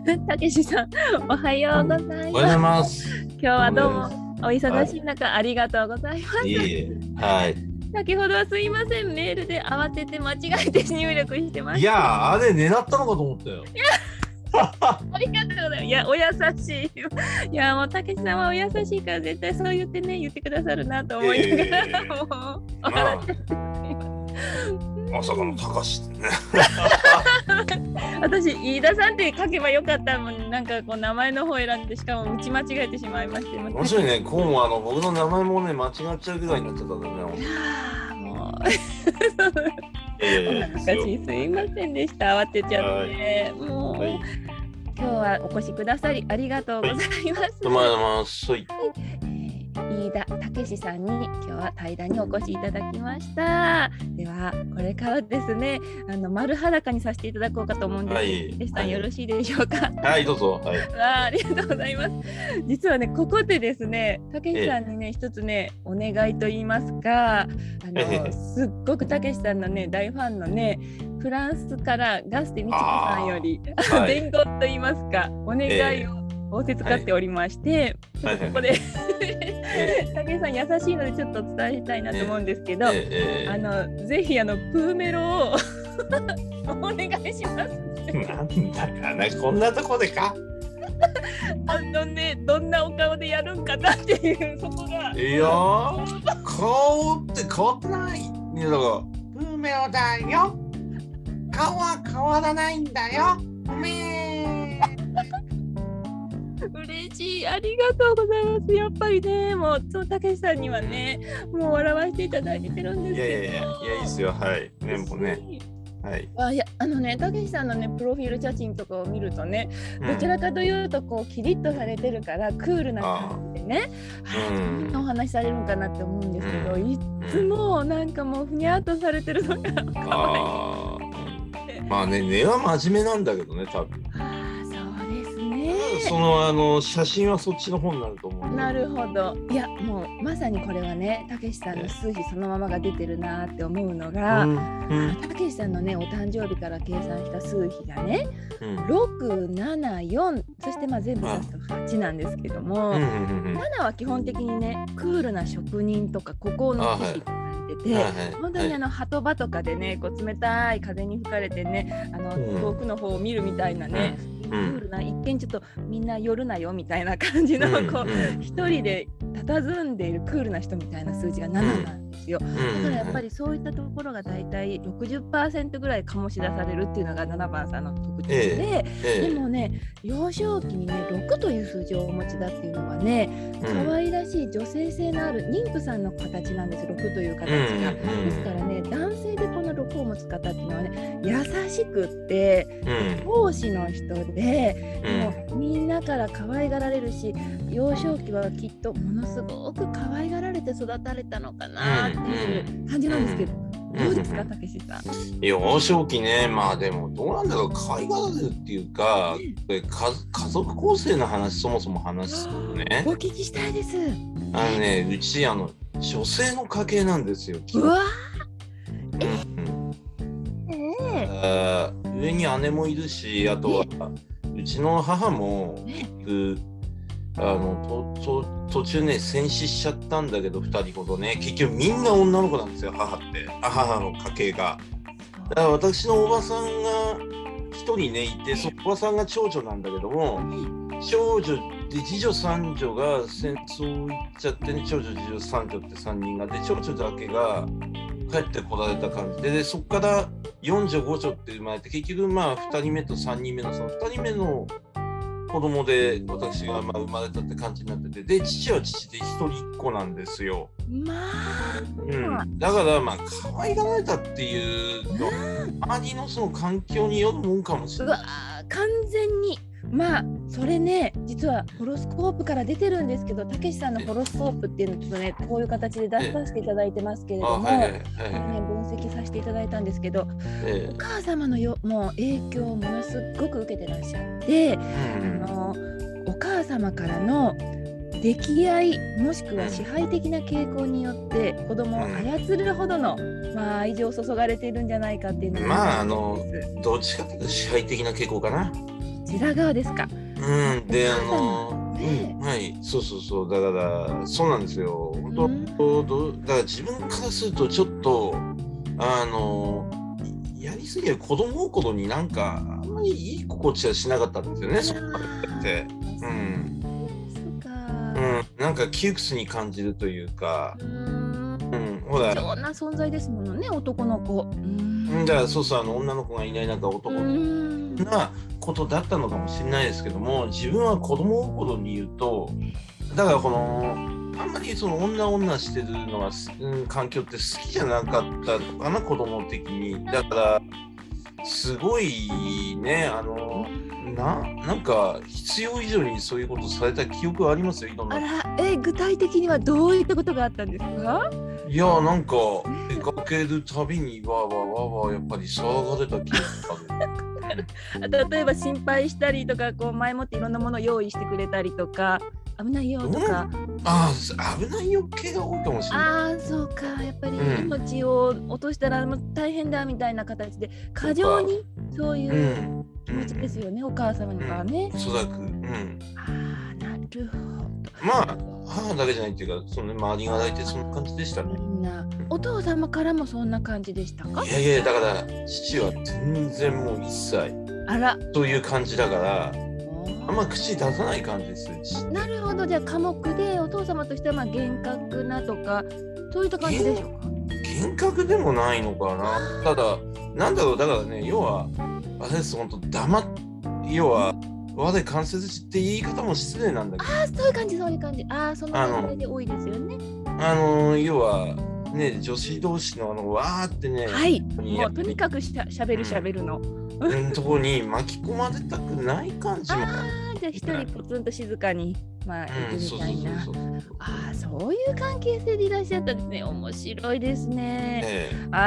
たけしさん、おはようございおはようごます。 ざいます。 今日はどうもお忙しい中、ありがとうございます。 いえいえ、はい。 先ほどはすいません、メールで慌てて間違えて入力してまいした。 や、あれ狙ったのかと思ったよ。 ありがとうございます。いや、お優しい。いや、もうたけしさんはお優しいから絶対そう言ってね、言ってくださるなと思いながら、もうお話ししています。 まさかのたかしってね。 私、飯田さんって書けばよかったもん、なんかこう名前の方選んで、しかも打ち間違えてしまいまして。 面白いね、こうも僕の名前もね、間違っちゃうぐらいになっちゃったんだね。 もうえお恥ずかしい、すいませんでした。慌てちゃって。もう、 はい、 今日はお越しくださりありがとうございます。 どうもありがとうございます。はい。 飯田武史さんに今日は対談にお越しいただきました。ではこれからですね、丸裸にさせていただこうかと思うんですけど、武史さんよろしいでしょうか。 はい、どうぞ。はい。 ありがとうございます。実はね、ここでですね、武史さんにね、一つね、お願いと言いますか、すっごく武史さんのね、大ファンのね、フランスからガステミチコさんより伝言と言いますか、お願いを仰せつかっておりまして、ここで武井さん優しいのでちょっとお伝えしたいなと思うんですけど、ぜひプーメロをお願いします。 なんだかな、こんなとこでか。 どんなお顔でやるんかなっていう、そこが。 いやー、顔って変わってない。いや、だからプーメロだよ。顔は変わらないんだよ。 嬉しい、ありがとうございます。やっぱりね、もうたけしさんにはね、もう笑わせていただいてるんですけど。 いやいいですよ。はい。ね、もうね。はい。 いや、たけしさんのね、プロフィール写真とかを見るとね、どちらかというとこうキリッとされてるからクールな感じでね、そんなお話しされるのかなって思うんですけど、いつもなんかもうふにゃっとされてるのが可愛い。 まあね、根は真面目なんだけどね、多分。 そうですね。 その写真はそっちの方になると思う。 なるほど。いや、もうまさにこれはね、たけしさんの数比そのままが出てるなって思うのが、たけしさんのね、お誕生日から計算した数比がね、6、7、4、そしてまあ全部足すと8なんですけども、7は基本的にね、クールな職人とか孤高の騎士とか言ってて、本当に鳩場とかでね、こう冷たい風に吹かれてね、遠くの方を見るみたいなね、クールな、一見ちょっとみんな寄るなよみたいな感じのこう一人で佇んでいるクールな人みたいな数字が7なんですよ。だからやっぱりそういったところがだいたい 60% ぐらい醸し出されるっていうのが7番さんの特徴で、でもね、幼少期にね6という数字をお持ちだっていうのはね、可愛らしい女性性のある妊婦さんの形なんです、6という形が。ですからね、男性でこの6を持つ方っていうのはね、優しくって奉仕の人で、もうみんなから可愛がられるし、幼少期はきっとものすごく可愛がられて育たれたのかなっていう感じなんですけど、どうですか、たけしさん。 幼少期ね、まあでもどうなんだろう、可愛がられるっていうか、家族構成の話、そもそも話すとね、 お聞きしたいです。 うち女性の家系なんですよ。 うわ上に姉もいるし、あとはうちの母も途中ね戦死しちゃったんだけど、2人ほどね、結局みんな女の子なんですよ、母の家系が。だから私のおばさんが1人ねいて、そのおばさんが長女なんだけども、長女で次女三女が戦争行っちゃってね、長女次女三女って3人がで、長女だけが帰ってこられた感じで、そこから4女5女って生まれて、結局まあ2人目と3人目のその2人目の子供で私がまあ生まれたって感じになってて、で父は父で一人っ子なんですよ。だからまあ可愛がられたっていうの、周りのその環境によるもんかもしれない。 完全にまあそれね、実はホロスコープから出てるんですけど、たけしさんのホロスコープっていうのをちょっとね、こういう形で出させていただいてますけれども、分析させていただいたんですけど、お母様のもう影響をものすごく受けてらっしゃって、お母様からの溺愛もしくは支配的な傾向によって子供を操るほどの、まあ、愛情を注がれているんじゃないかっていうのが、 まあどっちかというと支配的な傾向かな。 一ちら側ですか。 ではい、そうだからそうなんですよ。本当だから自分からするとちょっとやりすぎる子供心になんかあんまりいい心地はしなかったんですよね。そうやって、なんか窮屈に感じるというか、 ほら貴重な存在ですものね、男の子。 だからそう女の子がいない中男なことだったのかもしれないですけども、自分は子供心に言うと、だからあんまりその女してるのが、環境って好きじゃなかったのかな、子供的に。だからすごいね、なんか必要以上にそういうことされた記憶はありますよ、いろんな。 具体的にはどういったことがあったんですか？ いや、なんか出かけるたびにわーやっぱり騒がれた記憶がある。 例えば心配したりとか、こう前もっていろんなものを用意してくれたりとか、危ないよとか。 危ないよ系が多いかもしれない。 そうか、やっぱり命を落としたらもう大変だみたいな形で過剰にそういう気持ちですよね、お母様にはね。 おそらく。 なるほど。 まあ母だけじゃないっていうか、周りが大体そんな感じでしたね。 みんなお父様からもそんな感じでしたか？ いやだから父は全然もう一切そういう感じだから、あんま口出さない感じです。 なるほど。じゃあ寡黙で、お父様としては厳格なとかそういった感じでしょうか？ 厳格でもないのかな。ただなんだろう、だからね、要はあれです、本当要は我関節地って言い方も失礼なんだけど。 そういう感じ。その流れで多いですよね。 要はね、女子同士のわーってね、 もうとにかくしゃべるの。 とこに巻き込まれたくない感じも。 じゃあ一人ポツンと静かにいるみたいな。そういう関係性でいらっしゃったんですね。面白いですね。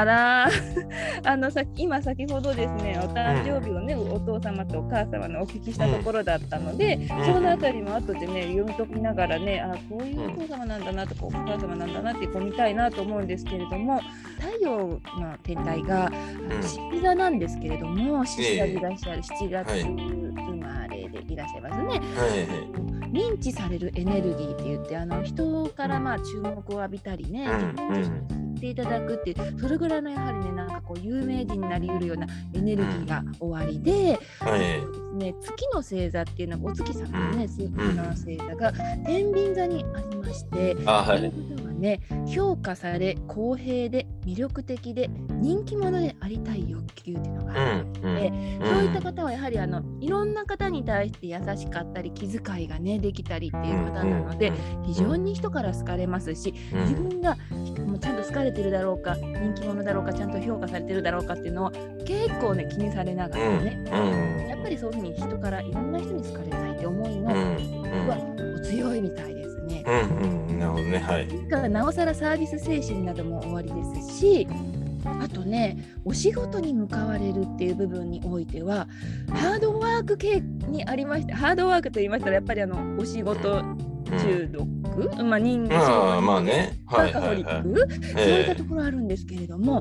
先ほどですね、お誕生日をね、お父様とお母様のお聞きしたところだったので、そのあたりも後でね読み解きながらね、こういうお父様なんだなとかお母様なんだなって見たいなと思うんですけれども、太陽の天体が獅子座なんですけれども、獅子座でいらっしゃる7月生まれでいらっしゃいますね。認知されるエネルギーって言って、人から注目を浴びたりね、知っていただくっていう、それぐらいのやはりね、なんかこう有名人になりうるようなエネルギーが終わりで、月の星座っていうのが、お月様のね、星座が天秤座にありまして、評価され公平で魅力的で人気者でありたい欲求っていうのがあるので、そういった方はやはりいろんな方に対して優しかったり気遣いがねできたりっていう方なので、非常に人から好かれますし、自分がもうちゃんと好かれてるだろうか、人気者だろうか、ちゃんと評価されてるだろうかっていうのは結構ね気にされながらね、やっぱりそういうふうに人からいろんな人に好かれたいって思いのはお強いみたいですね。 なるほどね。 だからなおさらサービス精神なども終わりですし、あとね、お仕事に向かわれるっていう部分においてはハードワーク系にありまして、ハードワークと言いましたらやっぱりお仕事中毒、人間ワーカホリック、そういったところあるんですけれども、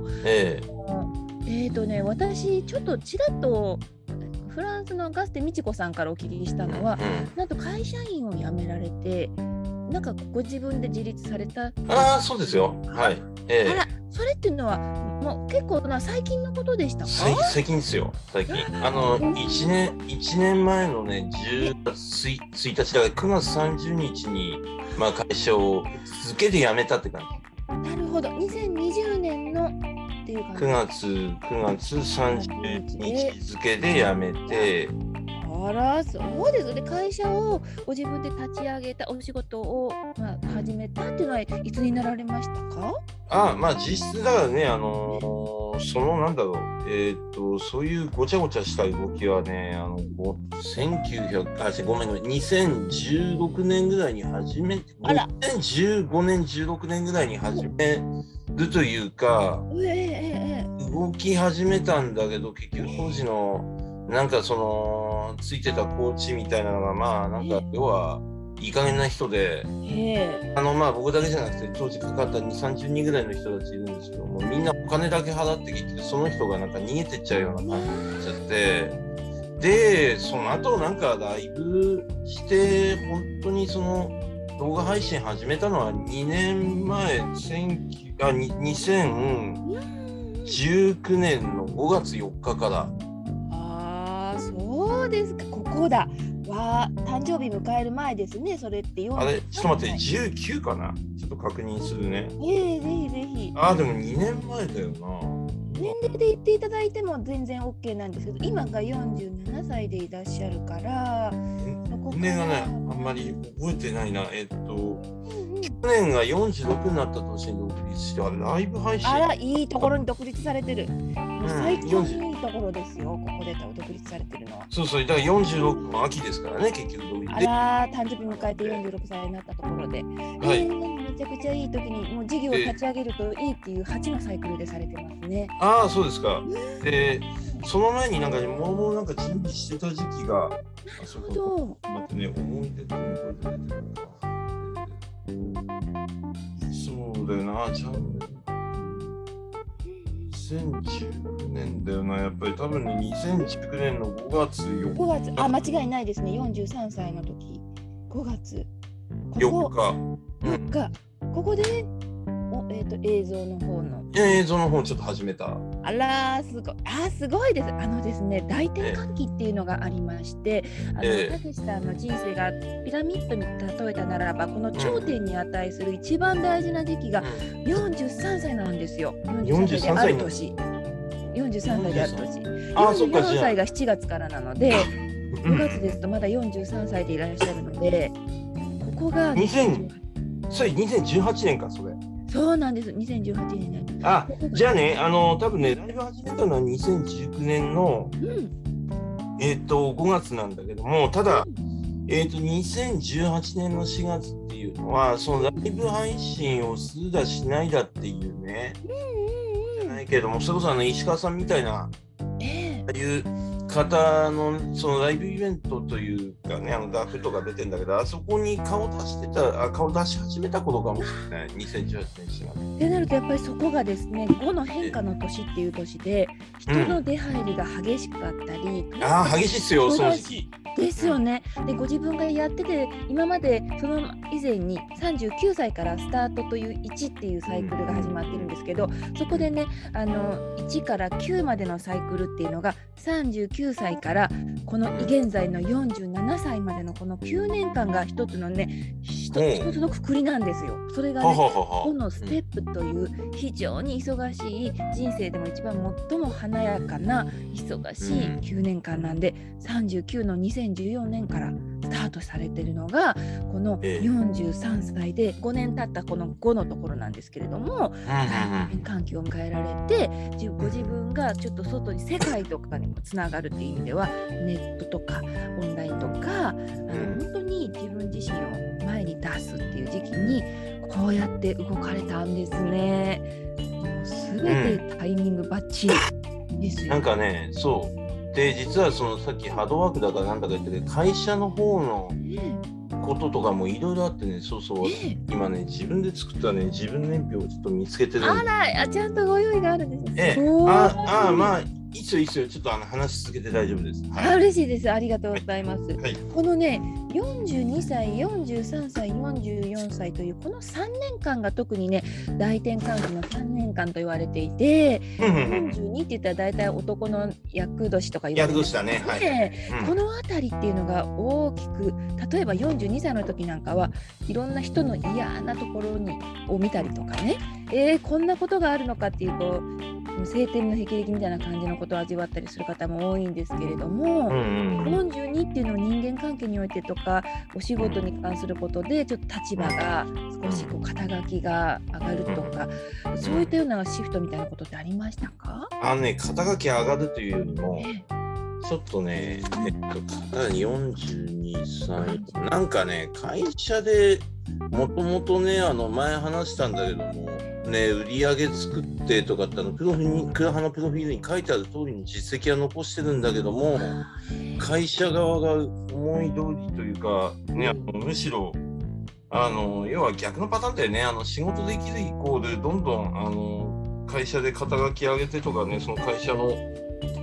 私ちょっとちらっとフランスのガステミチコさんからお聞きしたのは、なんと会社員を辞められて、なんかご自分で自立された。 そうですよ。 それっていうのはもう結構最近のことでしたか？ 最近ですよ。最近。1年前のね、10月1日だから9月30日に会社を続けて辞めたって感じ。なるほど。2020年のっていう感じ。 9月30日付で辞めて。 そうですね。会社をご自分で立ち上げた、お仕事を始めたっていうのはいつになられましたか？ 実質だからね、そういうごちゃごちゃした動きはね、2016年ぐらいに始めて、2015年、16年ぐらいに始めるというか、動き始めたんだけど、結局当時のなんかついてたコーチみたいなのがなんか要はいい加減な人で、僕だけじゃなくて当時かかった2、30人ぐらいの人たちいるんですけども、みんなお金だけ払ってきて、その人がなんか逃げてっちゃうような感じになっちゃって、 でその後なんかライブして本当にその動画配信始めたのは2年前2019年の5月4日から。 ああ、そうですか。ここだ。わあ、誕生日迎える前ですね。それってあれ、ちょっと待って、19かな。ちょっと確認するね。 ぜひぜひ。 ああ、でも2年前だよな。 年齢で言っていただいても全然 OK なんですけど、今が47歳でいらっしゃるから、 年齢がね、あんまり覚えてないな。去年が46になった年に独立して、あれ、ライブ配信。 あら、いいところに独立されてる。最高にいいところですよ、ここで独立されてるのは。 そうそう、だから46の秋ですからね、結局独立。 あら、誕生日迎えて46歳になったところで。はい。めちゃくちゃいい時に、もう事業を立ち上げるといいっていう8のサイクルでされてますね。 ああ、そうですか。で、その前になんかね、もうなんか準備してた時期が。 なるほど。 待ってね、思い出ってこれ出てるのか。そうだよな、じゃあ。2019年だよな、やっぱり多分ね、2019年の5月4日。 5月、あ、間違いないですね、43歳の時。5月。 4日。 4日。ここで、映像の方の。 映像の方ちょっと始めた。 あらー、すごいです。ですね、大転換期っていうのがありまして、たけしさんの人生がピラミッドに例えたならば、この頂点に値する一番大事な時期が43歳なんですよ。43歳である年。43歳である年。44歳が7月からなので、5月ですとまだ43歳でいらっしゃるので、ここが 2018年か、それ。 そうなんです、2018年ね。 あ、じゃあね、多分ね、ライブ始めたのは2019年の、5月なんだけども、ただ、2018年の4月っていうのは、そのライブ配信をするだしないだっていうね、じゃないけども、それこそ石川さんみたいな、ああいう方のそのライブイベントというかね、画風とか出てんだけど、あそこに顔出し始めたことかもしれない、2018年4月。 ってなると、やっぱりそこがですね、5の変化の年っていう年で、人の出入りが激しかったり、 激しいっすよ、その時期。 ですよね。で、ご自分がやってて、今までその以前に39歳からスタートという1っていうサイクルが始まってるんですけど、そこでね、1から9までのサイクルっていうのが39歳からこの現在の47歳までのこの9年間が一つのね、一つのくくりなんですよ。それがね、このステップという非常に忙しい人生でも一番最も華やかな忙しい9年間なんで、39の2014年からスタートされてるのがこの43歳で5年経ったこの5のところなんですけれども、大転換期を迎えられて、ご自分がちょっと外に世界とかにもつながるっていう意味では、ネットとかオンラインとか本当に自分自身を前に出すっていう時期にこうやって動かれたんですね。すべてタイミングバッチリですよ。 なんかね、そうで、実はそのさっきハードワークだからなんだか言ってて、会社の方のこととかもいろいろあってね、そうそう、今ね、自分で作ったね、自分年表をちょっと見つけてるんで。 あら、ちゃんとご用意があるんですね。 まあ、いいっすよ、ちょっと話続けて大丈夫です。 嬉しいです。ありがとうございます。 はい、 このね、42歳、43歳、44歳というこの3年間が特にね、大転換期の3年間と言われていて、42って言ったら大体男の厄年とか言われてますね。このあたりっていうのが大きく、例えば42歳の時なんかはいろんな人の嫌なところを見たりとかね、こんなことがあるのかっていう晴天の霹靂みたいな感じのことを味わったりする方も多いんですけれども、42っていうのは人間関係においてとかお仕事に関することでちょっと立場が少し肩書きが上がるとか、そういったようなシフトみたいなことってありましたか？ 肩書き上がるというよりも、ちょっとね、42歳なんかね、会社でもともとね、前話したんだけどもね、売り上げ作ってとかってクラハのプロフィールに書いてある通りに実績は残してるんだけども、会社側が思い通りというか、ね、むしろ要は逆のパターンだよね。仕事できるイコールどんどん会社で肩書き上げてとかね、その会社の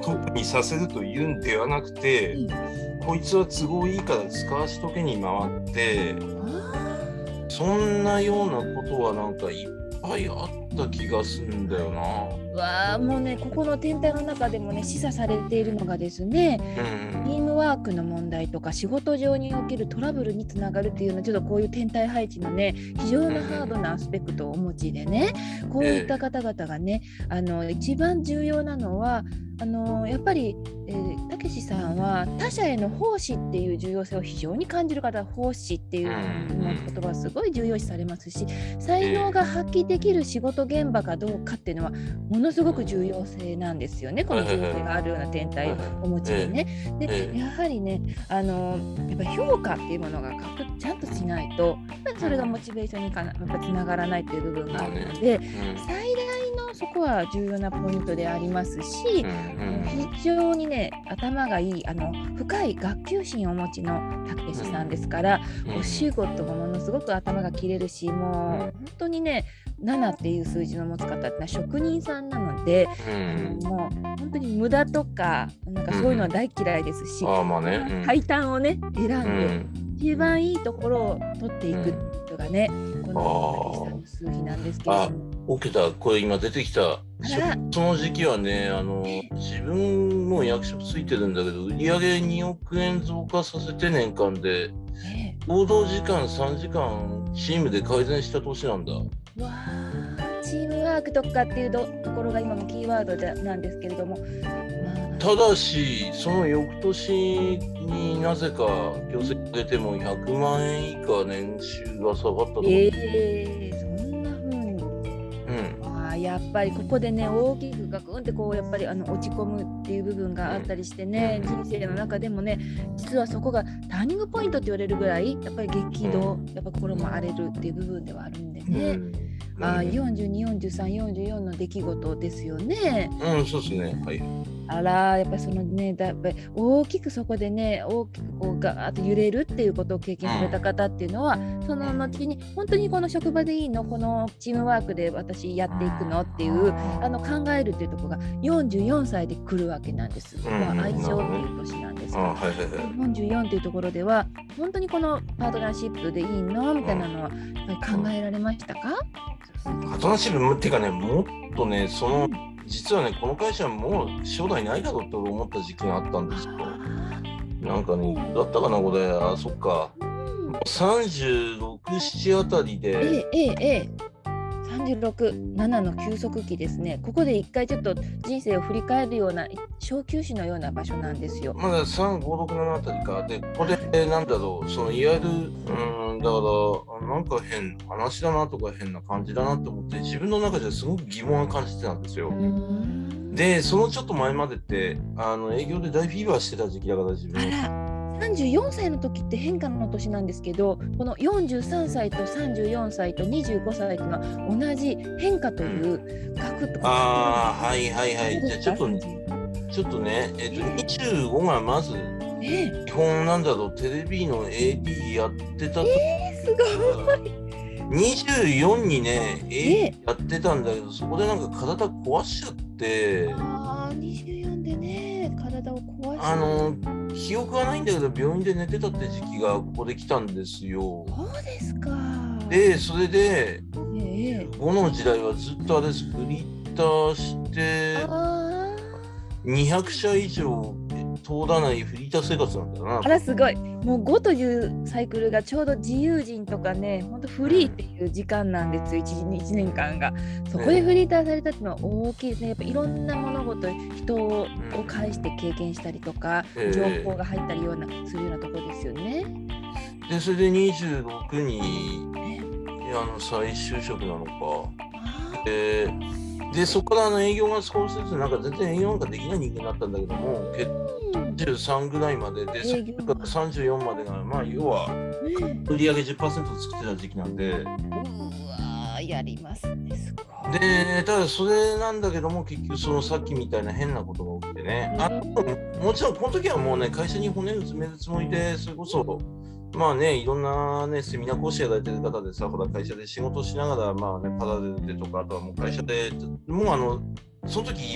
トップにさせるというんではなくて、こいつは都合いいから使わしとけに回って、そんなようなことはなんかいっぱいあった気がするんだよな。 わあ、もうね、ここの天体の中でもね、示唆されているのがですね、チームワークの問題とか仕事上におけるトラブルにつながるっていうのは、ちょっとこういう天体配置のね、非常なハードなアスペクトをお持ちでね、こういった方々がね、一番重要なのはやっぱりたけしさんは他者への奉仕っていう重要性を非常に感じる方、奉仕っていう言葉はすごい重要視されますし、才能が発揮できる仕事現場かどうかっていうのはものすごく重要性なんですよね。この重要性があるような天体をお持ちでね。でやはりね、やっぱ評価っていうものがちゃんとしないと、それがモチベーションにやっぱつながらないっていう部分があるので、最大のそこは重要なポイントでありますし、非常にね頭がいい深い学級心をお持ちのたけしさんですから、お仕事もものすごく頭が切れるし、もう本当にね7っていう数字の持つ方ってのは職人さんなので、もう本当に無駄とかなんかそういうのは大嫌いですし、最短をね選んで、一番いいところを取っていくのがね、このたけしさんの数比なんですけれども。 起きた、これ今出てきた。その時期はね、自分も役職ついてるんだけど、売上2億円増加させて年間で、労働時間3時間チームで改善した年なんだ。 チームワークとかっていうところが今もキーワードなんですけれども、 ただしその翌年になぜか業績が出ても100万円以下年収が下がったとか。 そんな風に。やっぱりここでね大きくガクンってこうやっぱり落ち込むっていう部分があったりしてね、人生の中でもね実はそこがターニングポイントって言われるぐらいやっぱり激動、やっぱ心も荒れるっていう部分ではあるんでね。42、43、44の出来事ですよね。 そうですね。はい。 やっぱりそのね、やっぱり大きくそこでね、大きくこうガーッと揺れるっていうことを経験された方っていうのは、その後に本当にこの職場でいいの、このチームワークで私やっていくのっていう考えるっていうところが44歳で来るわけなんです。愛情っていう年なんですけど、44っていうところでは本当にこのパートナーシップでいいのみたいなのはやっぱり考えられましたか？ パートナーシップっていうかね、もっとね、実はね、この会社もう将来ないだろうって思った時期があったんですよ。なんかね、だったかな、これ、そっか。36、7あたりで。 36、7の休息期ですね。ここで一回ちょっと人生を振り返るような小休止のような場所なんですよ。 まだ3、5、6、7あたりか。で、ここでなんだろう、いわゆる、だからなんか変話だなとか変な感じだなと思って自分の中ですごく疑問を感じてたんですよ。で、そのちょっと前までって営業で大フィーバーしてた時期だから自分。 34歳の時って変化の年なんですけど、この43歳と34歳と25歳というのは同じ変化という額とか。 はいはいはい。じゃあちょっとね、25がまず基本なんだろう、テレビの AD やってたと。 すごい。 24にね、AD やってたんだけど、そこでなんか体壊しちゃって。 24でね、体を壊しちゃって。 記憶はないんだけど病院で寝てたって時期がここで来たんですよ。 そうですか。 で、それで、5の時代はずっとフリーターして200社以上通らないフリーター生活なんだよな。 すごい。もう5というサイクルがちょうど自由人とかね、ほんとフリーっていう時間なんですよ、1年間が。そこでフリーターされたっていうのは大きいですね。やっぱいろんな物事、人を介して経験したりとか、情報が入ったりするようなところですよね。 で、それで26に再就職なのか。で、そこから営業が少しずつなんか全然営業なんかできない人間だったんだけども、23ぐらいまでで、それから34までが、要は売り上げ 10% 作ってた時期なんで。 やりますね、すごい。で、ただそれなんだけども、結局さっきみたいな変なことが起きてね。もちろんこの時はもうね、会社に骨を詰めるつもりで、それこそまあね、いろんなね、セミナー講師やられてる方でさ、ほら、会社で仕事しながら、まあね、パラレルでとか、あとはもう会社で、もうその時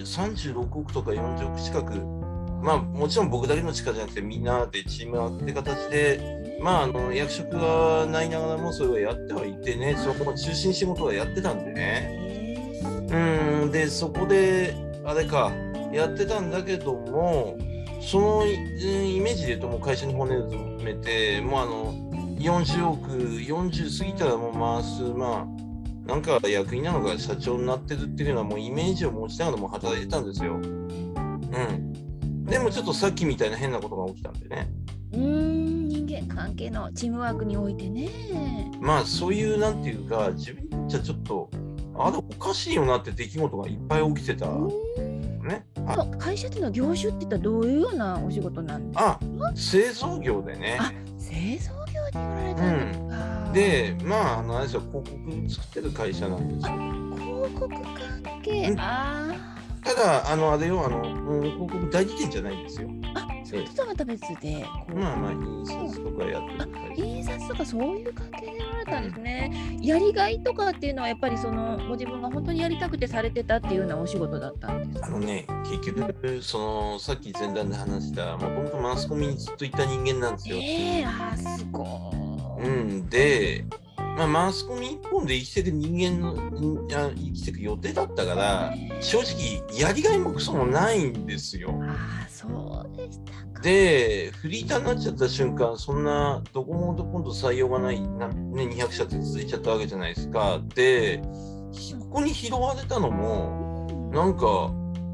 36億とか40億近く、まあもちろん僕だけの力じゃなくて、みんなでチームワークって形で、まあ役職がないながらもそれをやってはいてね、そこの中心仕事はやってたんでね。で、そこで、あれか、やってたんだけども、そのイメージで言うともう会社に骨を詰めて、もう40億、40過ぎたらもう回す、まあ、なんか役員なのか社長になってるっていうのはもうイメージを持ちながらも働いてたんですよ。でもちょっとさっきみたいな変なことが起きたんでね。 人間関係のチームワークにおいてね。 まあそういうなんていうか、自分じゃちょっと、あれおかしいよなって出来事がいっぱい起きてた。ね、 会社っていうのは業種って言ったらどういうようなお仕事なんですか？ 製造業でね。 製造業におられたんですか。 で、まああれですよ、広告作ってる会社なんですよ。 広告関係。 ただあれよ、広告代理店じゃないんですよ。 それとまた別で。 まあ印刷とかやってる会社。 印刷とかそういう関係でおられたんですね。やりがいとかっていうのはやっぱりご自分が本当にやりたくてされてたっていうようなお仕事だったんですか？ 結局さっき前段で話したもともとマスコミにずっといた人間なんですよ。 すごい。で、まあ、マスコミ一本で生きていく人間の生きていく予定だったから正直やりがいもクソもないんですよ。 そうでしたか。 でフリーターになっちゃった瞬間そんなどこも今度採用がない200社って続いちゃったわけじゃないですか。でここに拾われたのもなんか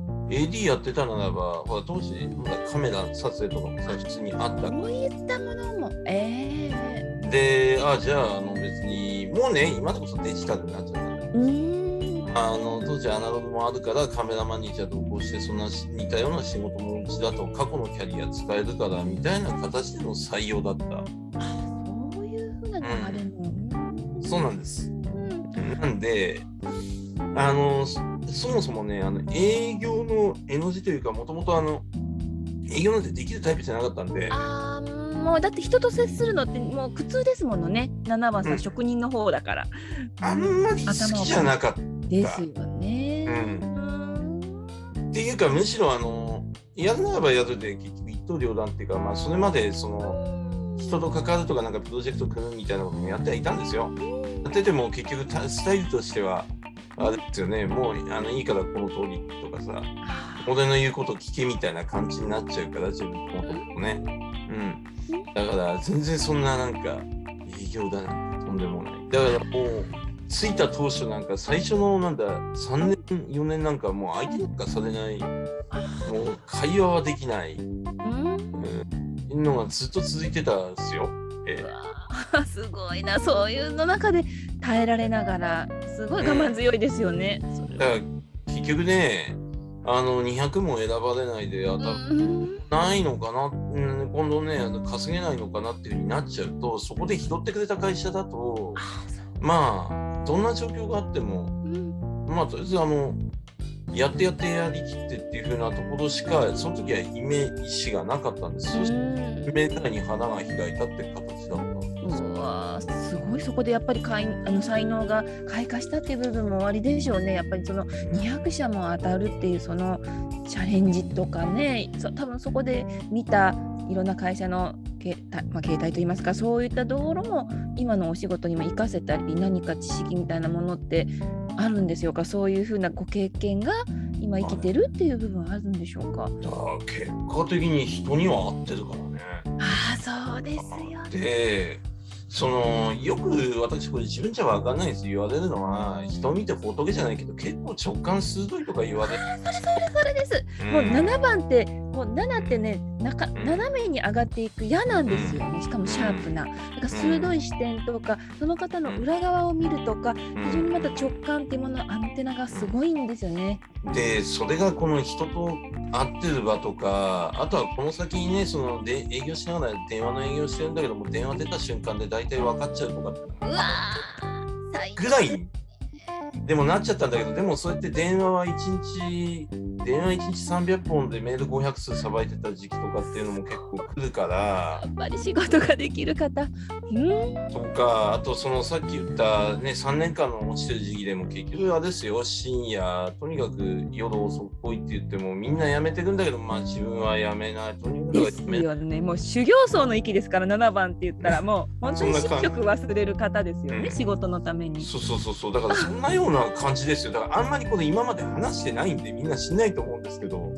AD やってたならばほら当時まだカメラ撮影とかも普通にあった。 こういったものもで、じゃあ別にもうね今でこそデジタルになっちゃったんだ当時アナログもあるからカメラマンにじゃあ同行してそんな似たような仕事もうちだと過去のキャリア使えるからみたいな形での採用だった。 そういうふうな流れも。 そうなんです。なんでそもそもね営業の N 字というかもともと営業なんてできるタイプじゃなかったんで。 もうだって人と接するのってもう苦痛ですものね。7番さん、職人の方だからあんまり好きじゃなかったですよね。 っていうかむしろやるならばやるで結局一刀両断っていうか、まあ、それまで人と関わるとかなんかプロジェクト組むみたいなこともやってはいたんですよ。やってても結局スタイルとしてはあれですよね。もういいからこの通りとかさ俺の言うこと聞けみたいな感じになっちゃうから自分もね。だから全然そんななんか営業だなんてとんでもない。だからもう着いた当初なんか最初のなんだ3年4年なんかもう相手なんかされないもう会話はできないのがずっと続いてたんですよ。 すごいな。そういうの中で耐えられながらすごい我慢強いですよね。 だから結局ね200も選ばれないで当たないのかな、今度ね稼げないのかなっていう風になっちゃうとそこで拾ってくれた会社だとまあどんな状況があってもまあとりあえずやってやりきってっていう風なところしかその時はイメージがなかったんです。そして夢に花が開いたって形だったんです。 すごい。そこでやっぱり才能が開花したっていう部分もおありでしょうね。やっぱりその200社も当たるっていうそのチャレンジとかね、多分そこで見たいろんな会社の形態といいますかそういったところも今のお仕事にも活かせたり何か知識みたいなものってあるんですよか。そういうふうなご経験が今生きてるっていう部分はあるんでしょうか。 結果的に人には合ってるからね。 そうですよね。 でよく私これ自分じゃ分かんないです言われるのは人見て仏じゃないけど結構直感鋭いとか言われる。 それです、もう7番ってもう7ってね斜めに上がっていく矢なんですよね。しかもシャープななんか鋭い視点とかその方の裏側を見るとか非常にまた直感っていうもののアンテナがすごいんですよね。 でそれがこの人と会ってる場とかあとはこの先にねで営業しながら電話の営業してるんだけども電話出た瞬間で大体分かっちゃうとかぐらいでもなっちゃったんだけど、でもそうやって電話1日300本でメール500通さばいてた時期とかっていうのも結構来るから、 やっぱり仕事ができる方、 とか、あとそのさっき言ったね、3年間の落ちてる時期でも結局あれですよ、深夜とにかく夜遅っぽいって言ってもみんな辞めてるんだけど、まあ自分は辞めない、とにかくですよね。もう修行僧の域ですから、7番って言ったらもう本当に寝食忘れる方ですよね、仕事のために。 そう、だからそんなような感じですよ。だからあんまりこれ今まで話してないんでみんな知んないと思うんですけど、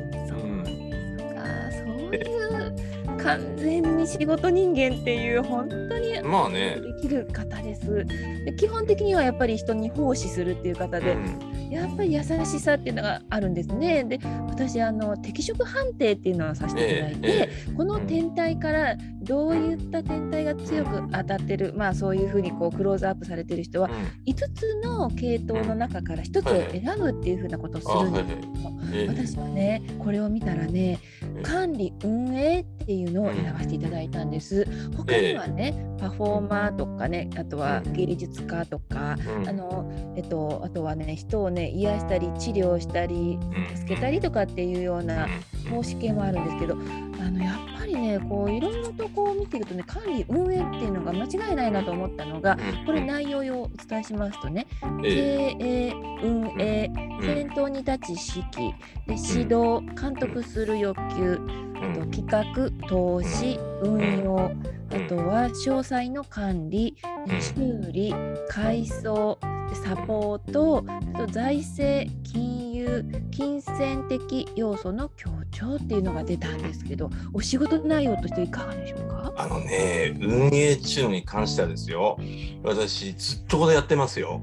そういう完全に仕事人間っていう本当にまあねできる方です。で基本的にはやっぱり人に奉仕するっていう方で、やっぱり優しさっていうのがあるんですね。で、私適色判定っていうのをさせていただいて、この天体からどういった天体が強く当たってる、まあそういうふうにこうクローズアップされてる人は、5つの系統の中から1つを選ぶっていうふうなことをするんですけど、私はねこれを見たらね、管理運営っていうのを選ばせていただいたんです。他にはね、パフォーマーとかね、あとは芸術家とか、あとはね、人をね癒したり治療したり助けたりとかっていうような方式系もあるんですけど、やっぱりねこういろいろとこう見ていくとね、管理運営っていうのが間違いないなと思ったのが、これ内容をお伝えしますとね、経営運営、先頭に立ち指揮で、指導監督する欲求、あと企画投資運用、あとは詳細の管理、修理改装、サポート、あと財政金融金銭的要素の強調っていうのが出たんですけど、お仕事内容としていかがでしょうか？ 運営中に関してはですよ、私ずっとこれやってますよ。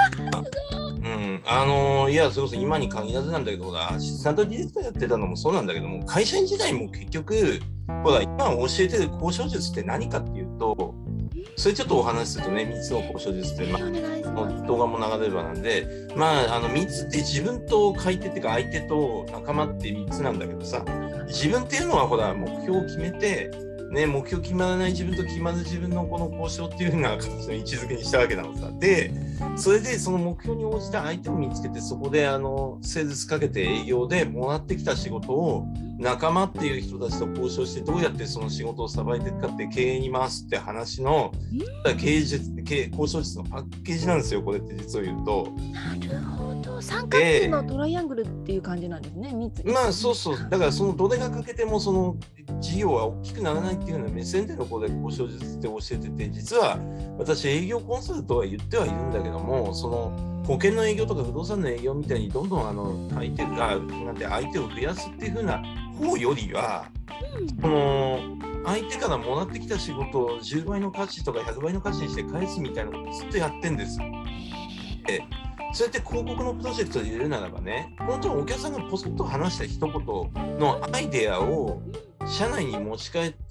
いや、それこそ今に限らずなんだけど、アシスタントディレクターやってたのもそうなんだけども、会社員時代も結局ほら今教えてる交渉術って何かっていうと、それちょっとお話しするとね、3つの交渉術って、動画も流れればなんで、3つって自分と買い手っていうか相手と仲間って3つなんだけどさ、自分っていうのはほら目標を決めて、ね、目標決まらない自分と決まる自分のこの交渉っていう風な形の位置づけにしたわけなのさ。で、それでその目標に応じた相手を見つけて、そこでセールスかけて営業でもらってきた仕事を仲間っていう人たちと交渉して、どうやってその仕事をさばいていくかって経営に回すって話の交渉術のパッケージなんですよ、これって実を言うと。 なるほど、三角形のトライアングルっていう感じなんですね、3つ。 まあそう、だからそのどれが欠けてもその事業は大きくならないっていうような目線でのこれ交渉術って教えてて、実は私営業コンサルとは言ってはいるんだけども、その保険の営業とか不動産の営業みたいにどんどん相手を増やすっていう風な方よりは、その相手からもらってきた仕事を10倍の価値とか100倍の価値にして返すみたいなことをずっとやってんです。で、そうやって広告のプロジェクトで言うならばね、本当にお客さんがポソッと話した一言のアイデアを社内に持ち帰って、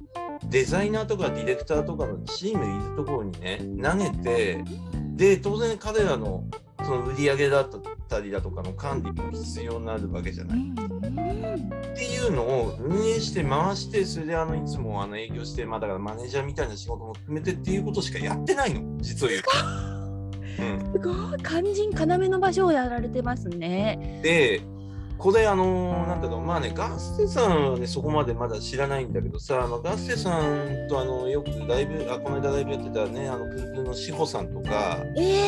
デザイナーとかディレクターとかのチームいるところにね投げて、で当然彼らのその売り上げだったりだとかの管理も必要になるわけじゃない、っていうのを運営して回して、それでいつも営業して、だからマネージャーみたいな仕事も含めてっていうことしかやってないの、実を言うと。 すごい肝心要の場所をやられてますね。 でこれなんだろう、ガーステさんはねそこまでまだ知らないんだけどさ、ガーステさんとよくライブ、この間ライブやってたね、プルプルの志保さんとか、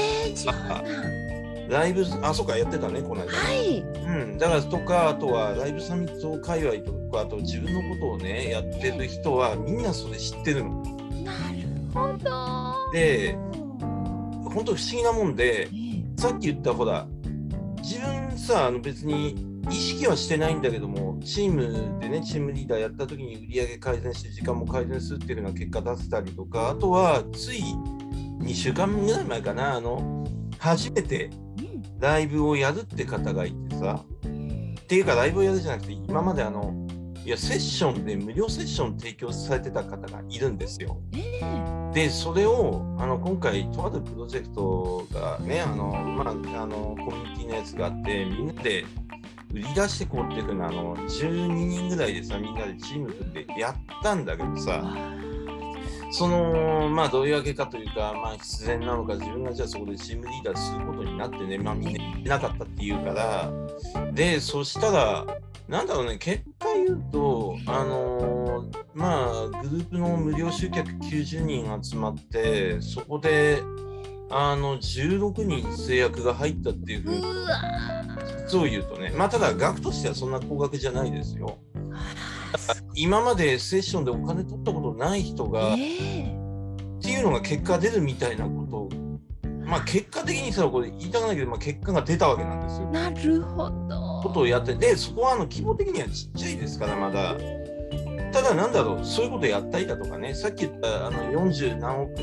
ライブ、そうかやってたねこの間。 はい。 だからとか、あとはライブサミット界隈とか、あと自分のことをねやってる人はみんなそれ知ってるの。 なるほど。 で、本当不思議なもんで、さっき言ったほら自分さ別に意識はしてないんだけども、チームでねチームリーダーやった時に売り上げ改善して時間も改善するっていうような結果出せたりとか、あとはつい2週間ぐらい前かな、初めてライブをやるって方がいてさ、っていうかライブをやるじゃなくて、今までセッションで無料セッション提供されてた方がいるんですよ。でそれを今回とあるプロジェクトがねコミュニティのやつがあって、みんなで売り出してこうっていうふうな12人ぐらいでさ、みんなでチーム組んでやったんだけどさ、 そのまあどういうわけかというか、まあ必然なのか、自分がじゃあそこでチームリーダーすることになってね、まあみんないなかったっていうから、でそしたらなんだろうね、結果言うとまあグループの無料集客90人集まって、そこで16人制約が入ったっていうふうに実を言うとね、まあただ額としてはそんな高額じゃないですよ。今までセッションでお金取ったことない人が、っていうのが結果出るみたいなことを、まあ結果的にさ、これ言いたくないけど、まあ、結果が出たわけなんですよ。 なるほど。 ことをやって、でそこは規模的にはちっちゃいですからまだ。ただなんだろう、そういうことやったりだとかね、さっき言った40何億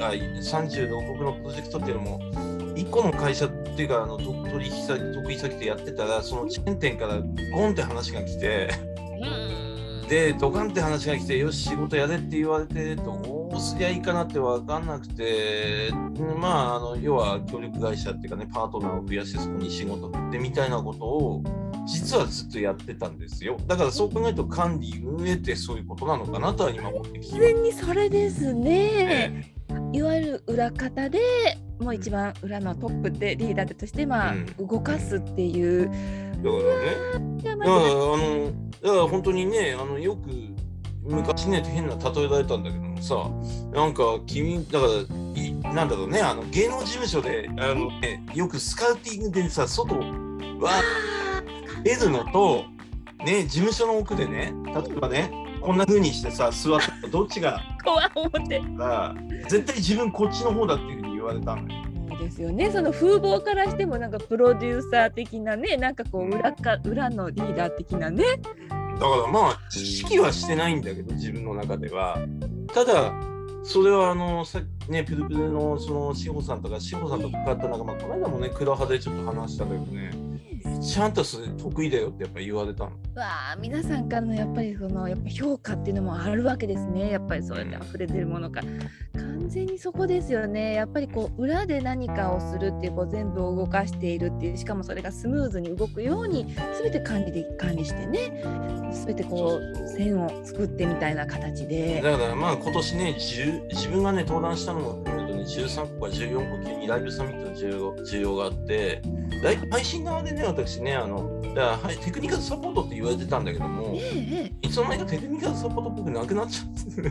36億のプロジェクトっていうのも1個の会社っていうか取引先得意先でやってたら、そのチェーン店からゴンって話が来て、でドカンって話が来て、よし仕事やれって言われて、どうすりゃいいかなって分かんなくて、まあ要は協力会社っていうかね、パートナーを増やしてそこに仕事振ってみたいなことを実はずっとやってたんですよ。だからそう考えると管理運営ってそういうことなのかなとは今思ってきて、 完全にそれですね。いわゆる裏方でもう一番裏のトップでリーダーとしてまあ、動かすっていう。 だから本当にね、よく昔ね変な例えられたんだけどもさ、なんか君だからなんだろうね、芸能事務所でよくスカウティングでさ、外は出るのとね、事務所の奥でね、例えばねこんな風にしてさ座ってたどっちが思って絶対自分こっちの方だっていう風に言われたんだよ。 そうですよね。その風貌からしてもなんかプロデューサー的なね、なんかこう裏のリーダー的なね。 だからまあ意識はしてないんだけど自分の中では。ただそれはさっきねプルプルのその志保さんとか関わった仲間、この間もねクラハでちょっと話したんだけどね、ちゃんとそれ得意だよってやっぱり言われたの。 わあ、皆さんからのやっぱりやっぱ評価っていうのもあるわけですね。やっぱりそうやって溢れてるものか、完全にそこですよね。やっぱりこう裏で何かをするっていう、こう全部を動かしているっていう、しかもそれがスムーズに動くように全て管理してね、全てこう線を作ってみたいな形で。 だからまあ今年ね自分がね登壇したのも含めるとね、13個か14個急にライブサミットの需要があって、配信側でね私ねだからテクニカルサポートって言われてたんだけども、いつの間にかテクニカルサポートっぽくなくなっちゃって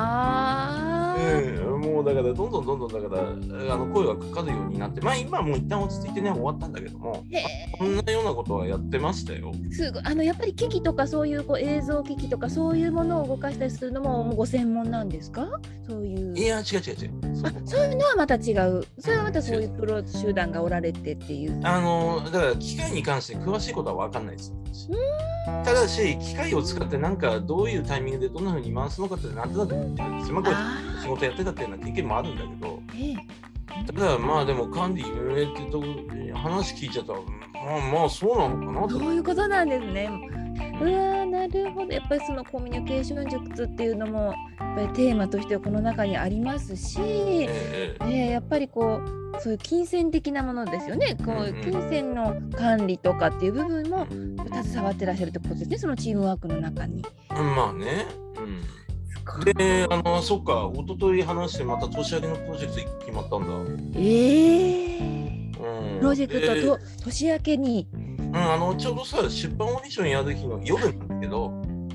もうだからどんどんだから声がかかるようになって、まあ今もう一旦落ち着いてね終わったんだけども、こんなようなことはやってましたよ。 すごいやっぱり機器とかそういう映像機器とかそういうものを動かしたりするのもご専門なんですか？そういう。 いや違う。 そういうのはまた違う。それはまたそういうプロ集団がおられてっていう。 だから機械に関して詳しいことは分かんないです。ただし機械を使ってなんかどういうタイミングでどんな風に回すのかってなんとなく見てるんですよ。まあこれ仕事やってたっていうような経験もあるんだけど、ただまあでも管理運営ってとこ話聞いちゃったらまあそうなのかなと。 そういうことなんですね。なるほど。やっぱりそのコミュニケーション術っていうのもやっぱりテーマとしてはこの中にありますし、やっぱりこうそういう金銭的なものですよね。こう金銭の管理とかっていう部分も携わってらっしゃるってことですね。そのチームワークの中に。 まあね。で、そっか、一昨日話してまた年明けのプロジェクト決まったんだ。プロジェクトと年明けに。 ちょうどさ出版オーディションやる日の夜なんだけど、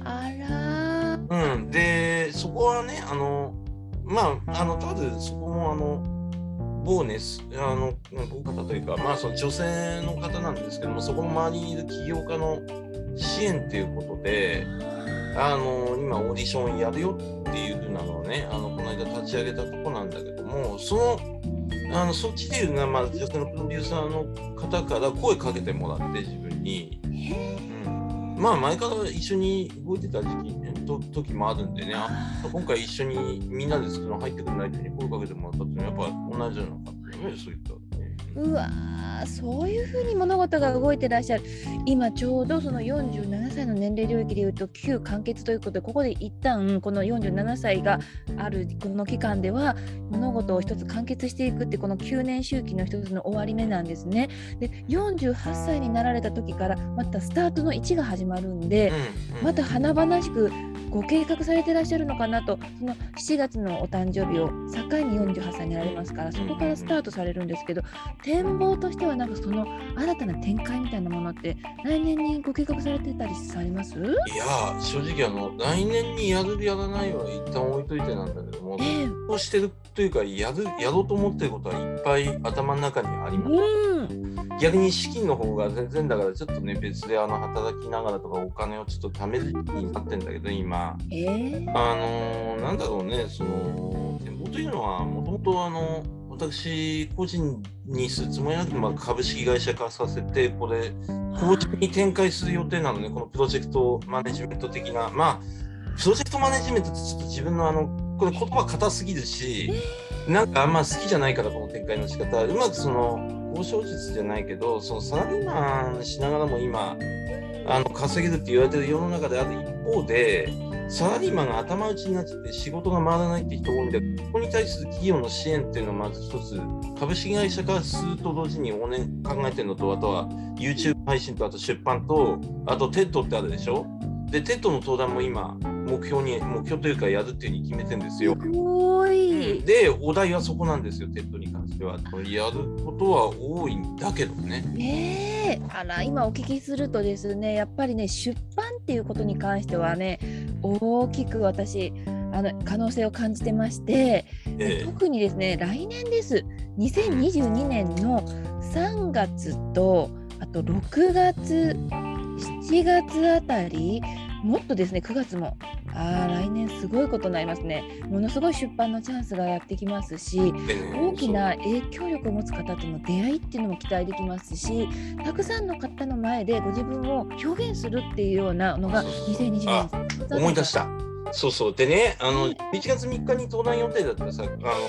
でそこはねまあとりあえずそこもボーネス豪華というか、まあその女性の方なんですけども、そこの周りにいる起業家の支援っていうことで今オーディションやるよっていう風なのをねこの間立ち上げたとこなんだけども、そっちでいうのは、まあ、女性のプロデューサーの方から声かけてもらって自分に、まあ前から一緒に動いてた時もあるんでね、今回一緒にみんなで作るの入ってくれないとに声かけてもらったっていうのはやっぱ同じような感じでね、そういった。 うわー、そういうふうに物事が動いてらっしゃる。今ちょうどその47歳の年齢領域でいうと旧完結ということで、ここで一旦この47歳があるこの期間では物事を一つ完結していくって、この9年周期の一つの終わり目なんですね。で48歳になられた時からまたスタートの1が始まるんで、また華々しくご計画されてらっしゃるのかなと、その7月のお誕生日を境に48歳になられますから、そこからスタートされるんですけど、展望としてはなんかその新たな展開みたいなものって来年にご計画されてたりされます？ いや正直来年にやるやらないは一旦置いといてなんだけども、こうしてるというかやろうと思ってることはいっぱい頭の中にあります。逆に資金の方が全然だからちょっとね別で働きながらとかお金をちょっと貯めるようになってんだけど今、なんだろうね、その展望というのはもともと私個人にするつもりなくて、株式会社化させてこれ法人に展開する予定なので、このプロジェクトマネジメント的な、プロジェクトマネジメントってちょっと自分のこれ言葉硬すぎるし、なんかあんま好きじゃないからこの展開の仕方、うまくその交渉術じゃないけど、そのサラリーマンしながらも今稼げるって言われてる世の中である一方で、サラリーマンが頭打ちになっちゃって仕事が回らないって人多いんで、ここに対する企業の支援っていうのはまず一つ株式会社化すると同時に考えてるのと、あとは YouTube 配信と、あと出版と、あと TED ってあるでしょ。で TED の登壇も今目標というかやるっていう風に決めてるんですよ。 すごい。 でお題はそこなんですよ。TED に関してはやることは多いんだけどね。 あら、今お聞きするとですね、やっぱりね出版っていうことに関してはね大きく私可能性を感じてまして、特にですね来年です。2022年の3月とあと6月7月あたり、もっとですね9月も来年すごいことになりますね。ものすごい出版のチャンスがやってきますし、大きな影響力を持つ方との出会いっていうのも期待できますし、たくさんの方の前でご自分を表現するっていうようなのが2020年。 思い出した。そうでね、1月3日に登壇予定だったらさ、